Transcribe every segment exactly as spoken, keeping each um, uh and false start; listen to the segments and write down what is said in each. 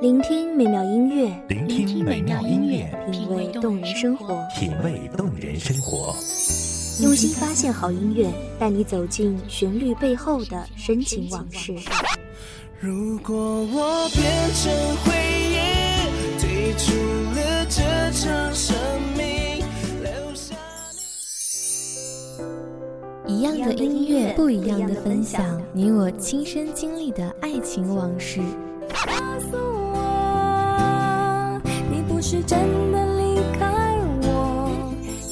聆听美妙音乐， 聆听美妙音乐， 品味动人生活， 品味动人生活。 用心发现好音乐，带你走进旋律背后的深情往事。 如果我变成回忆，退出了这场生命，留下一样的音乐，不一样的分享，你我亲身经历的爱情往事。 告诉我，你不是真的离开我。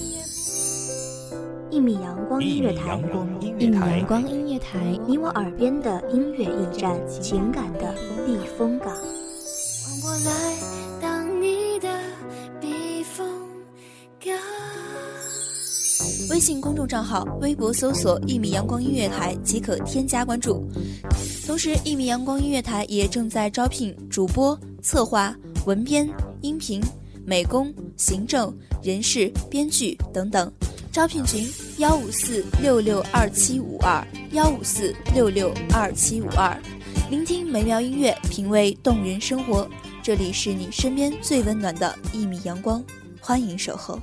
一米阳光音乐台， 一米阳光音乐台， 你我耳边的音乐驿站，情感的避风港。 换我来当你的避风港。 微信公众账号、微博搜索“一米阳光音乐台”即可添加关注。同时，一米阳光音乐台也正在招聘主播、策划、文编、音频、美工、行政、人事、编剧等等。招聘群：幺五四六六二七五二幺五四六六二七五二。聆听美妙音乐，品味动人生活。这里是你身边最温暖的一米阳光，欢迎守候。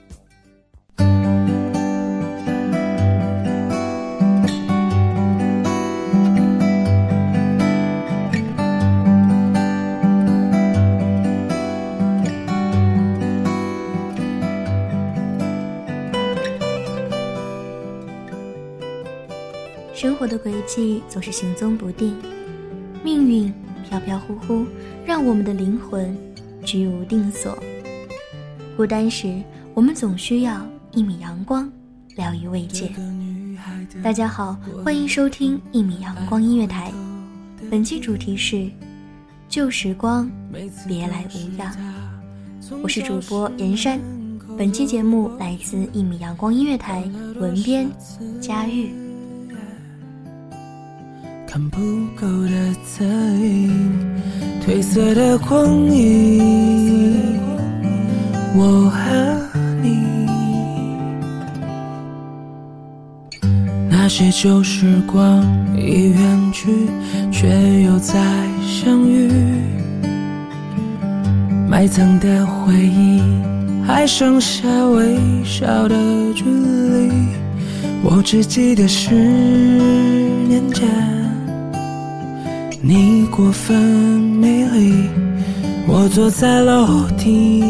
生活的轨迹总是行踪不定，命运飘飘忽忽，让我们的灵魂居无定所。孤单时，我们总需要一米阳光，疗愈慰藉。大家好，欢迎收听一米阳光音乐台。本期主题是旧时光，别来无恙。我是主播严山。本期节目来自一米阳光音乐台，文编佳玉。 看不够的侧影，褪色的光影，我和你。那些旧时光已远去，却又再相遇。埋藏的回忆，还剩下微小的距离。我只记得十年前，你过分美丽，我坐在楼梯，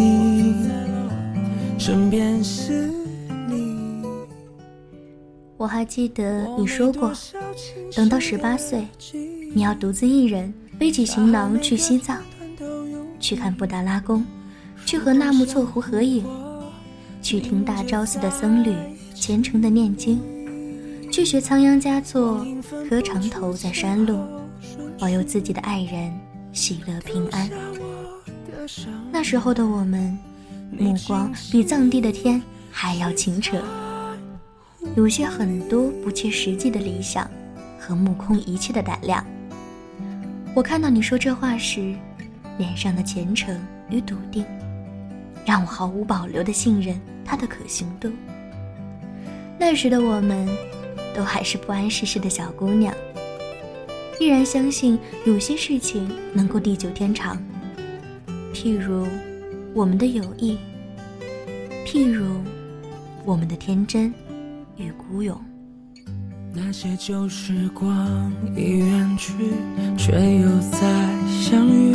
身边是你。 我还记得你说过，等到十八岁，你要独自一人背起行囊去西藏，去看布达拉宫，去和纳木错湖合影，去听大昭寺的僧侣虔诚的念经，去学仓央嘉措磕长头在山路，保佑自己的爱人喜乐平安。那时候的我们，目光比藏地的天还要清澈，有些很多不切实际的理想和目空一切的胆量。我看到你说这话时，脸上的虔诚与笃定，让我毫无保留地信任它的可行度。那时的我们都还是不谙世事的小姑娘，依然相信有些事情能够地久天长，譬如我们的友谊，譬如我们的天真与孤勇。 那些旧时光已远去，却又再相遇。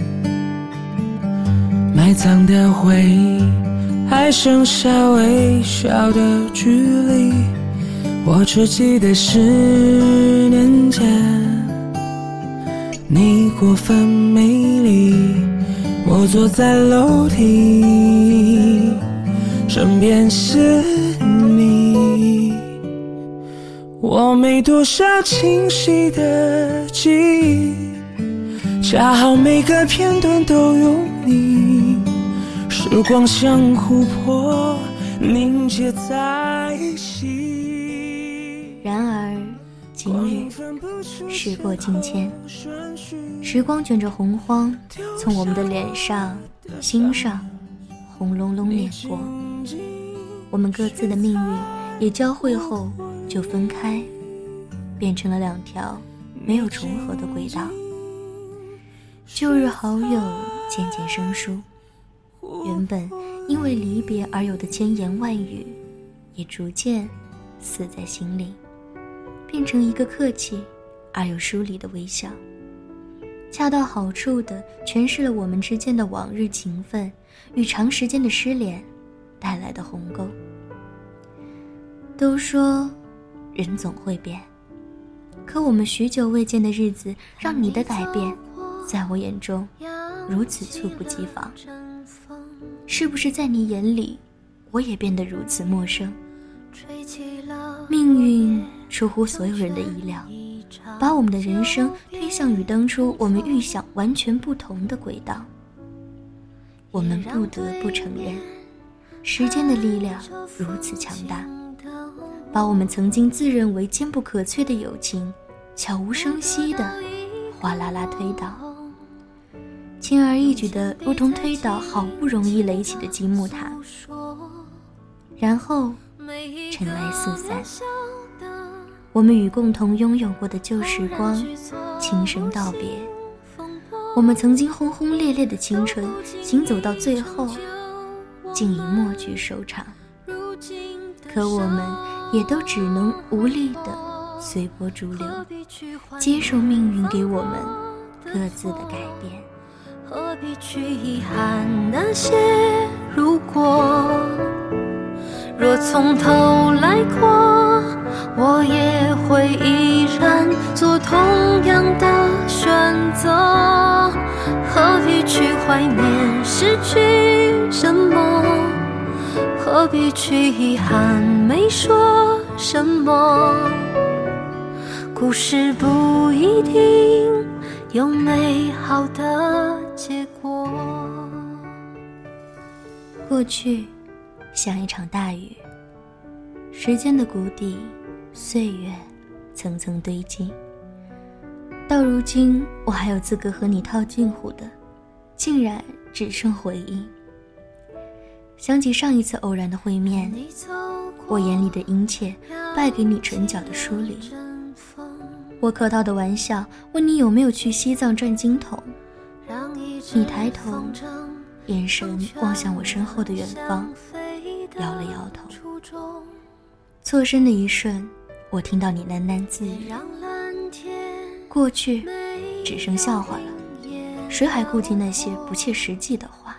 埋藏的回忆，还剩下微小的距离。我只记得十年前，你过分美丽，我坐在楼梯，身边是你。我没多少清晰的记忆，恰好每个片段都有你。时光像琥珀凝结在一起。 然而今日时过境迁，时光卷着洪荒，从我们的脸上心上轰隆隆碾过。我们各自的命运也交汇后就分开，变成了两条没有重合的轨道。 旧日好友渐渐生疏，原本因为离别而有的千言万语，也逐渐死在心里，变成一个客气而又疏离的微笑，恰到好处地诠释了我们之间的往日情分与长时间的失联带来的鸿沟。都说人总会变，可我们许久未见的日子，让你的改变在我眼中如此猝不及防。是不是在你眼里，我也变得如此陌生？命运出乎所有人的意料，把我们的人生推向与当初我们预想完全不同的轨道。我们不得不承认，时间的力量如此强大，把我们曾经自认为坚不可摧的友情悄无声息地哗啦啦推倒，轻而易举地如同推倒好不容易垒起的积木塔，然后尘埃四散。我们与共同拥有过的旧时光轻声道别，我们曾经轰轰烈烈的青春行走到最后竟以默剧收场，可我们也都只能无力地随波逐流，接受命运给我们各自的改变。 何必去遗憾那些如果，若从头来过，我也会依然做同样的选择。何必去怀念失去什么，何必去遗憾没说什么，故事不一定有美好的结果。 过去像一场大雨，时间的谷底，岁月层层堆积，到如今我还有资格和你套近乎的，竟然只剩回忆。想起上一次偶然的会面，我眼里的殷切败给你唇角的疏离。我客套的玩笑问你有没有去西藏转经筒，你抬头眼神望向我身后的远方，摇了摇头。错身的一瞬，我听到你喃喃自语，过去只剩笑话了，谁还顾及那些不切实际的话。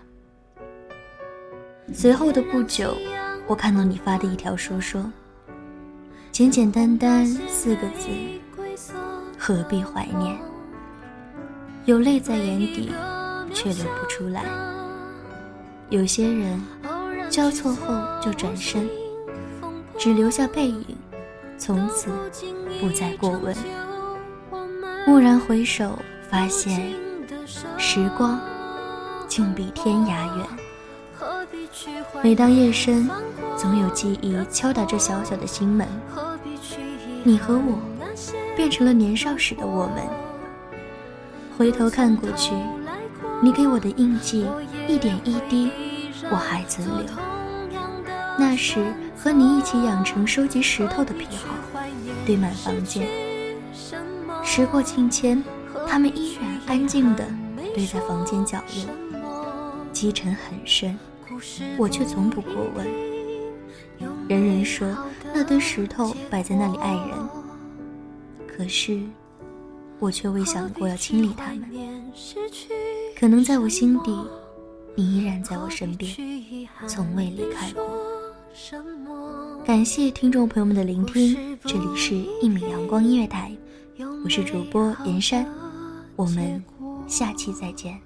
随后的不久，我看到你发的一条说说，简简单单四个字，何必怀念。有泪在眼底，却流不出来。有些人交错后就转身，只留下背影，从此不再过问。蓦然回首，发现时光竟比天涯远。每当夜深，总有记忆敲打着小小的心门，你和我变成了年少时的我们。回头看过去，你给我的印记一点一滴我还存留。那时和你一起养成收集石头的癖好，堆满房间。时过境迁，它们依然安静地堆在房间角落，积尘很深，我却从不过问。人人说那堆石头摆在那里碍人，可是我却未想过要清理它们。可能在我心底，你依然在我身边，从未离开过。感谢听众朋友们的聆听，这里是一米阳光音乐台，我是主播严山，我们下期再见。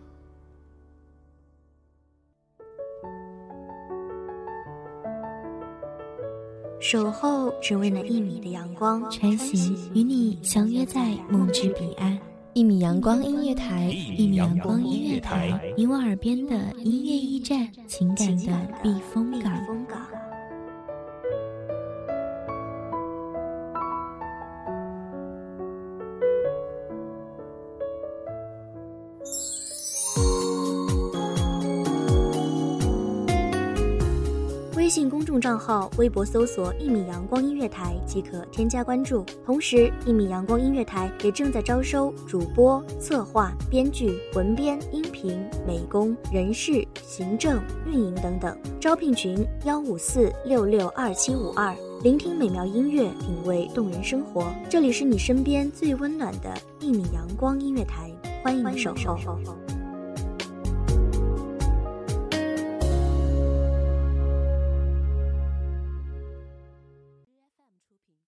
守候只为那一米的阳光， 穿行与你相约在梦之彼岸。一米阳光音乐台，一米阳光音乐台，你我耳边的音乐驿站，情感的避风港。 微信公众账号、微博搜索一米阳光音乐台即可添加关注。同时，一米阳光音乐台也正在招收主播、策划、编剧、文编、音频、美工、人事、行政、运营等等。招聘群幺五四六六二七五二。聆听美妙音乐，品味动人生活。这里是你身边最温暖的一米阳光音乐台，欢迎守候。